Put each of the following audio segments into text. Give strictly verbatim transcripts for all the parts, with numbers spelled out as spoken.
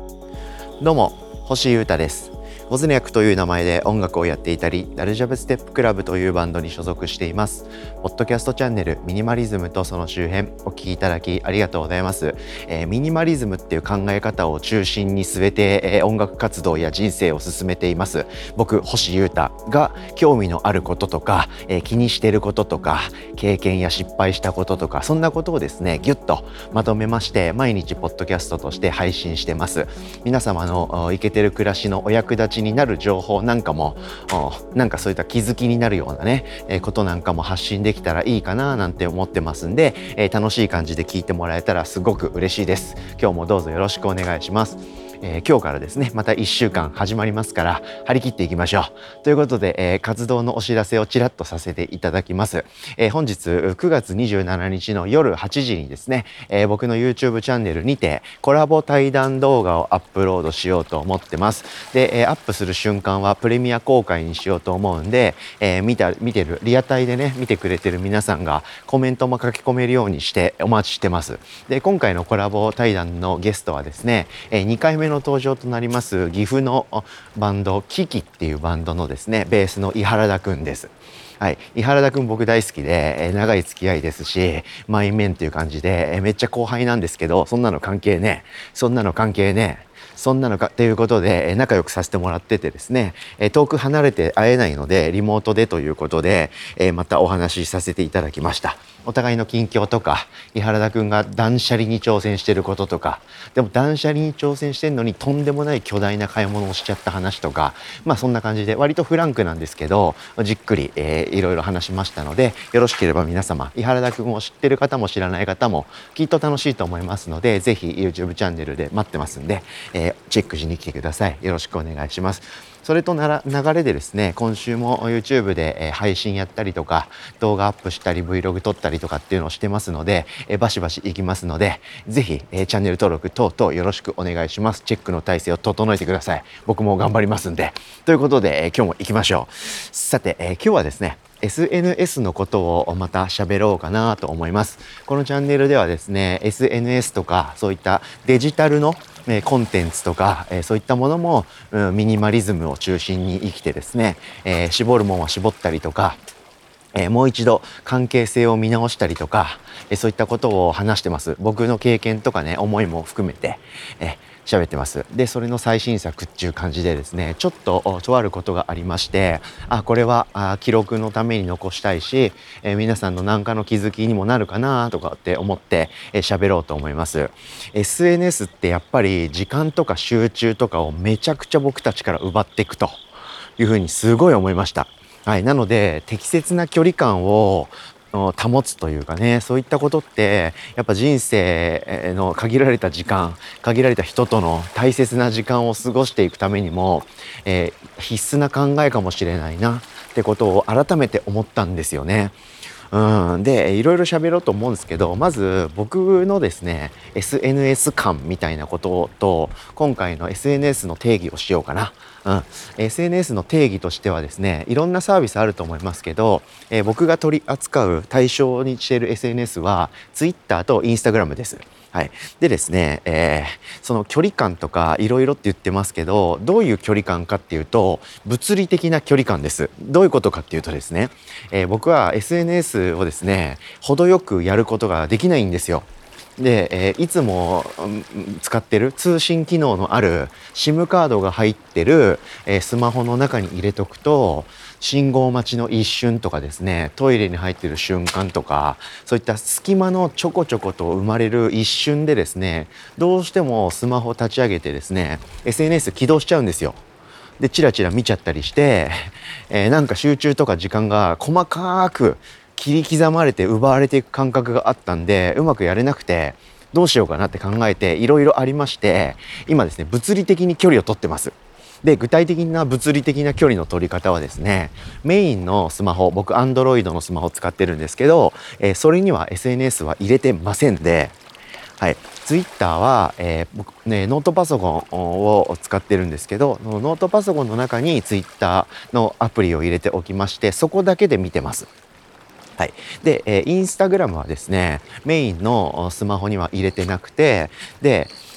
どうも、星優太です。ウォズニャクという名前で音楽をやっていたり、ダルジャブステップクラブというバンドに所属しています。ポッドキャストチャンネルミニマリズムとその周辺お聞きいただきありがとうございます。えー、ミニマリズムっていう考え方を中心に据えて、えー、音楽活動や人生を進めています。僕、星優太が興味のあることとか、えー、気にしていることとか、経験や失敗したこととか、そんなことをですね、ギュッとまとめまして、毎日ポッドキャストとして配信してます。皆様のイケてる暮らしのお役立ちになる情報なんかも、なんかそういった気づきになるようなね、えー、ことなんかも発信できたらいいかななんて思ってますんで、えー、楽しい感じで聞いてもらえたらすごく嬉しいです。今日もどうぞよろしくお願いします。えー、今日からですね、またいっしゅうかん始まりますから張り切っていきましょうということで、えー、活動のお知らせをちらっとさせていただきます。えー、本日くがつにじゅうしちにちの夜はちじにですね、えー、僕の YouTube チャンネルにてコラボ対談動画をアップロードしようと思ってます。で、えー、アップする瞬間はプレミア公開にしようと思うんで、えー、見た見てるリアタイでね見てくれてる皆さんがコメントも書き込めるようにしてお待ちしてます。で、今回のコラボ対談のゲストはですね、えー、にかいめの登場となります岐阜のバンドキキっていうバンドのですねベースの井原田くんです。はい、井原田くん僕大好きで、えー、長い付き合いですし、マイメンっていう感じで、えー、めっちゃ後輩なんですけど、そんなの関係ねえそんなの関係ねえそんなのかっていうことで、えー、仲良くさせてもらっててですね、えー、遠く離れて会えないのでリモートでということで、えー、またお話しさせていただきました。お互いの近況とか、井原田くんが断捨離に挑戦してることとか、でも断捨離に挑戦してんのにとんでもない巨大な買い物をしちゃった話とか、まあそんな感じで割とフランクなんですけど、じっくり、えー、いろいろ話しましたので、よろしければ皆様、井原田くんを知ってる方も知らない方もきっと楽しいと思いますので、ぜひ YouTube チャンネルで待ってますんで、えー、チェックしに来てください。よろしくお願いします。それとなら流れでですね、今週も YouTube で、えー、配信やったりとか動画アップしたり Vlog 撮ったりとかっていうのをしてますので、えー、バシバシいきますので、ぜひ、えー、チャンネル登録等々よろしくお願いします。チェックの体制を整えてください。僕も頑張りますんで。ということで、えー、今日も行きましょう。さて、えー、今日はですねエスエヌエス のことをまた喋ろうかなと思います。このチャンネルではですね エスエヌエス とかそういったデジタルのコンテンツとか、えー、そういったものも、うん、ミニマリズムを中心に生きてですね、えー、絞るもんは絞ったりとか、えー、もう一度関係性を見直したりとか、えー、そういったことを話してます。僕の経験とかね思いも含めて、えー喋ってます。で、それの最新作っていう感じでですね、ちょっととあることがありまして、あ、これはあ記録のために残したいし、えー、皆さんの何かの気づきにもなるかなとかって思ってえー、喋ろうと思います。エスエヌエス ってやっぱり時間とか集中とかをめちゃくちゃ僕たちから奪っていくというふうにすごい思いました。はい、なので適切な距離感を保つというかね、そういったことってやっぱ人生の限られた時間、限られた人との大切な時間を過ごしていくためにも、えー、必須な考えかもしれないなってことを改めて思ったんですよね。うん、でいろいろ喋ろうと思うんですけど、まず僕のですね エスエヌエス 感みたいなことと今回の エスエヌエス の定義をしようかな。うん、エスエヌエス の定義としてはですね、いろんなサービスあると思いますけど、えー、僕が取り扱う対象にしている エスエヌエス は Twitter と Instagram です。はい、でですね、えー、その距離感とかいろいろって言ってますけど、どういう距離感かっていうと物理的な距離感です。どういうことかっていうとですね、えー、僕は エスエヌエス をですね程よくやることができないんですよ。で、えー、いつも、うん、使ってる通信機能のある SIM カードが入ってる、えー、スマホの中に入れとくと信号待ちの一瞬とかですね、トイレに入ってる瞬間とか、そういった隙間のちょこちょこと生まれる一瞬でですね、どうしてもスマホ立ち上げてですね エスエヌエス 起動しちゃうんですよ。でチラチラ見ちゃったりして、えー、なんか集中とか時間が細かく切り刻まれて奪われていく感覚があったんで、うまくやれなくてどうしようかなって考えていろいろありまして、今ですね物理的に距離を取ってます。で、具体的な物理的な距離の取り方はですね、メインのスマホ、僕 Android のスマホを使ってるんですけど、えー、それには エスエヌエス は入れてませんで、はい、ツイッターは、えー僕ね、ノートパソコンを使ってるんですけど、ノートパソコンの中にツイッターのアプリを入れておきまして、そこだけで見てます。はい、で、えー、インスタグラムはですねメインのスマホには入れてなくて、で、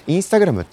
インスタグラムって、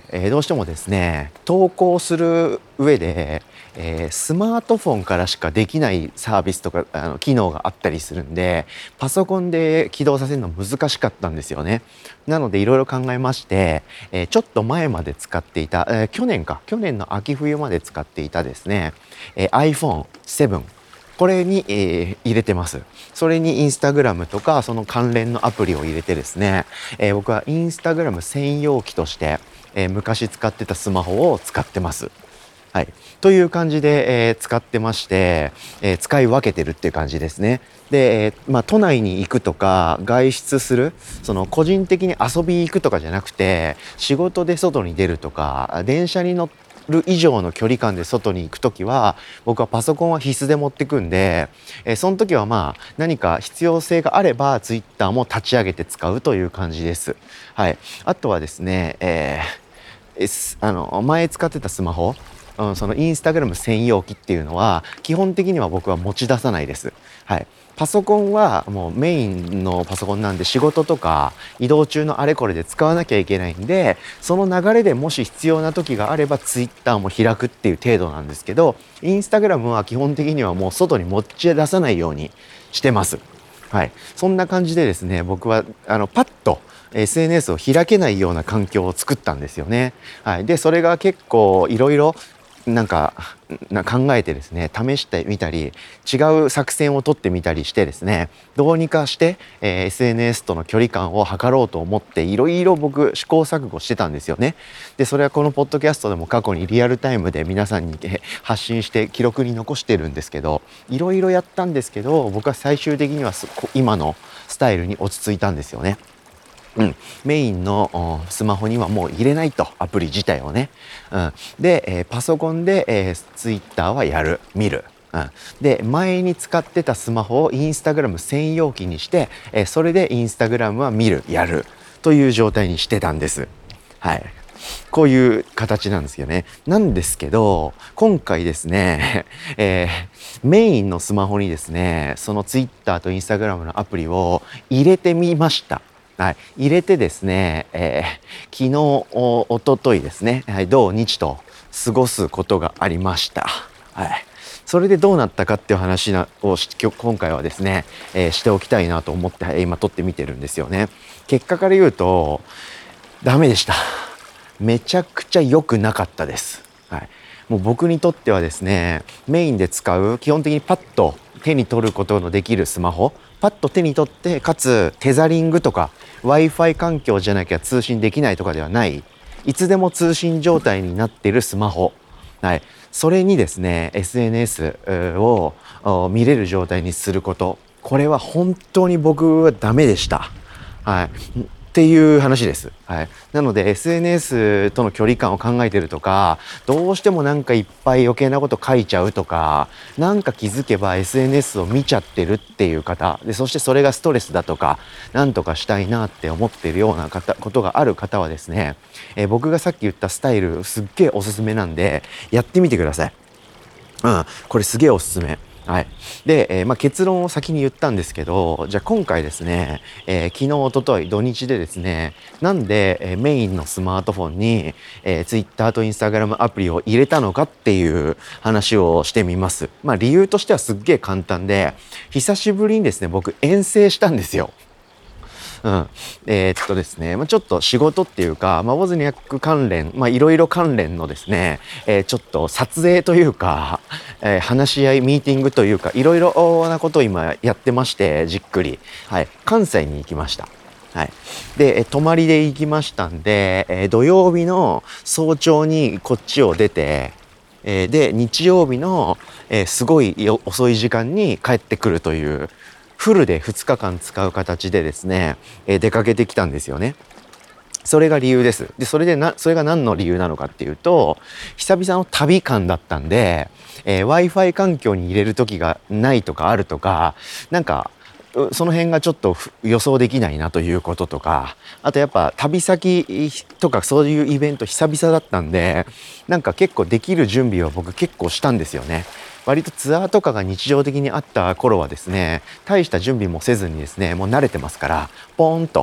えー、どうしてもですね投稿する上で、えー、スマートフォンからしかできないサービスとかあの機能があったりするんで、パソコンで起動させるの難しかったんですよね。なのでいろいろ考えまして、えー、ちょっと前まで使っていた、えー、去年か去年の秋冬まで使っていたですね、えー、アイフォーンセブン、これに、えー、入れてます。それにインスタグラムとかその関連のアプリを入れてですね、えー、僕はインスタグラム専用機として、えー、昔使ってたスマホを使ってます。はい、という感じで、えー、使ってまして、えー、使い分けてるっていう感じですね。で、えーまあ、都内に行くとか外出する、その個人的に遊び行くとかじゃなくて、仕事で外に出るとか電車に乗る以上の距離感で外に行くときは、僕はパソコンは必須で持ってくんで、えー、その時はまあ何か必要性があればツイッターも立ち上げて使うという感じです。はい、あとはですね、えー、あの前使ってたスマホ、うん、そのインスタグラム専用機っていうのは基本的には僕は持ち出さないです。はい、パソコンはもうメインのパソコンなんで、仕事とか移動中のあれこれで使わなきゃいけないんで、その流れでもし必要な時があればツイッターも開くっていう程度なんですけど、インスタグラムは基本的にはもう外に持ち出さないようにしてます。はい、そんな感じでですね、僕はあのパッとエスエヌエス を開けないような環境を作ったんですよね。はい、でそれが結構いろいろなんかな考えてですね、試してみたり違う作戦を取ってみたりしてですね、どうにかして、えー、エスエヌエス との距離感を測ろうと思っていろいろ僕試行錯誤してたんですよね。でそれはこのポッドキャストでも過去にリアルタイムで皆さんに発信して記録に残してるんですけど、いろいろやったんですけど、僕は最終的には今のスタイルに落ち着いたんですよね。うん、メインのスマホにはもう入れないと、アプリ自体をね。うん、で、えー、パソコンで、えー、ツイッターはやる見る、うん、で前に使ってたスマホをインスタグラム専用機にして、えー、それでインスタグラムは見るやるという状態にしてたんです。はい、こういう形なんですよね。なんですけど今回ですね、えー、メインのスマホにですね、そのツイッターとインスタグラムのアプリを入れてみました。はい、入れてですね、えー、昨日お、おとといですね、はい、土日と過ごすことがありました。はい、それでどうなったかっていう話なをし今回はですね、えー、しておきたいなと思って今撮ってみてるんですよね。結果から言うとダメでした。めちゃくちゃ良くなかったです。はい、もう僕にとってはですね、メインで使う基本的にパッと手に取ることのできるスマホ、パッと手に取ってかつテザリングとか Wi-Fi 環境じゃなきゃ通信できないとかではない、いつでも通信状態になっているスマホ、はい、それにですね エスエヌエス を見れる状態にすること、これは本当に僕はダメでした。はい、っていう話です。はい、なので エスエヌエス との距離感を考えてるとか、どうしてもなんかいっぱい余計なこと書いちゃうとか、なんか気づけば エスエヌエス を見ちゃってるっていう方で、そしてそれがストレスだとかなんとかしたいなって思ってるような方ことがある方はですね、えー、僕がさっき言ったスタイルすっげえおすすめなんでやってみてください。うん、これすげえおすすめ。はい、で、えーまあ、結論を先に言ったんですけど、じゃあ今回ですね、えー、昨日おととい土日でですね、なんで、えー、メインのスマートフォンに、えー、Twitter と Instagram アプリを入れたのかっていう話をしてみます。まあ理由としてはすっげえ簡単で、久しぶりにですね僕遠征したんですよ。うん、えー、っとですね、まあ、ちょっと仕事っていうか、まあ、ウォズニャック関連、まあ、いろいろ関連のですね、えー、ちょっと撮影というか、えー、話し合い、ミーティングというか、いろいろなことを今やってまして、じっくり、はい、関西に行きました。はい、で、え泊まりで行きましたんで、えー、土曜日の早朝にこっちを出て、えー、で、日曜日の、えー、すごい遅い時間に帰ってくるという、フルでふつかかん使う形でですね、えー、出かけてきたんですよね。それが理由です。で、それでな、それが何の理由なのかっていうと、久々の旅感だったんで、えー、Wi-Fi 環境に入れる時がないとかあるとか、なんか、その辺がちょっと予想できないなということとか、あとやっぱ旅先とかそういうイベント久々だったんで、なんか結構できる準備は僕結構したんですよね。割とツアーとかが日常的にあった頃はですね、大した準備もせずにですね、もう慣れてますから、ポーンと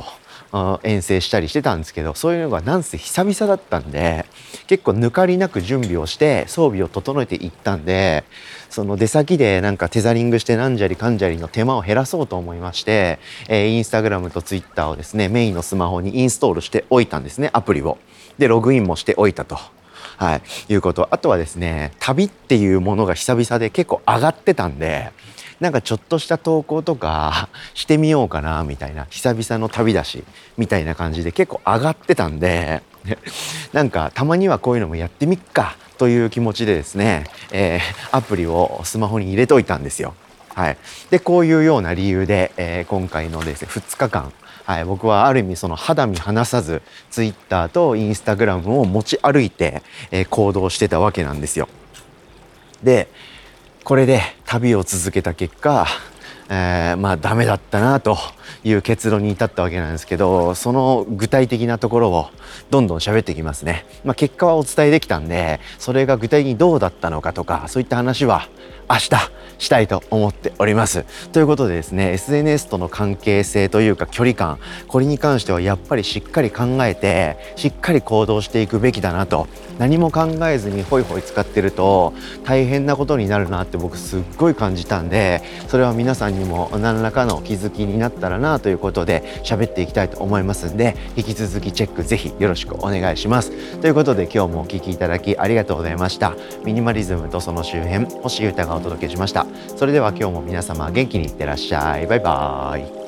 あ遠征したりしてたんですけど、そういうのがなんせ久々だったんで、結構抜かりなく準備をして装備を整えていったんで、その出先でなんかテザリングしてなんじゃりかんじゃりの手間を減らそうと思いまして、えー、インスタグラムとツイッターをですねメインのスマホにインストールしておいたんですね、アプリを。でログインもしておいたと。はい、いうこと。あとはですね、旅っていうものが久々で結構上がってたんで、なんかちょっとした投稿とかしてみようかなみたいな、久々の旅だしみたいな感じで結構上がってたんでなんかたまにはこういうのもやってみっかという気持ちでですね、えー、アプリをスマホに入れといたんですよ。はい、でこういうような理由で、えー、今回のですねふつかかん、はい、僕はある意味その肌身離さずツイッターとインスタグラムを持ち歩いて、えー、行動してたわけなんですよ。でこれで旅を続けた結果、えー、まあダメだったなという結論に至ったわけなんですけど、その具体的なところをどんどん喋っていきますね。まあ、結果はお伝えできたんで、それが具体的にどうだったのかとか、そういった話は明日したいと思っております。ということでですね、エスエヌエス との関係性というか距離感、これに関してはやっぱりしっかり考えてしっかり行動していくべきだなと。何も考えずにホイホイ使ってると大変なことになるなって僕すっごい感じたんで、それは皆さんにも何らかの気づきになったらなということで喋っていきたいと思いますんで、引き続きチェックぜひよろしくお願いします。ということで今日もお聞きいただきありがとうございました。ミニマリズムとその周辺、星優太がお届けしました。それでは今日も皆様元気にいってらっしゃい。バイバーイ。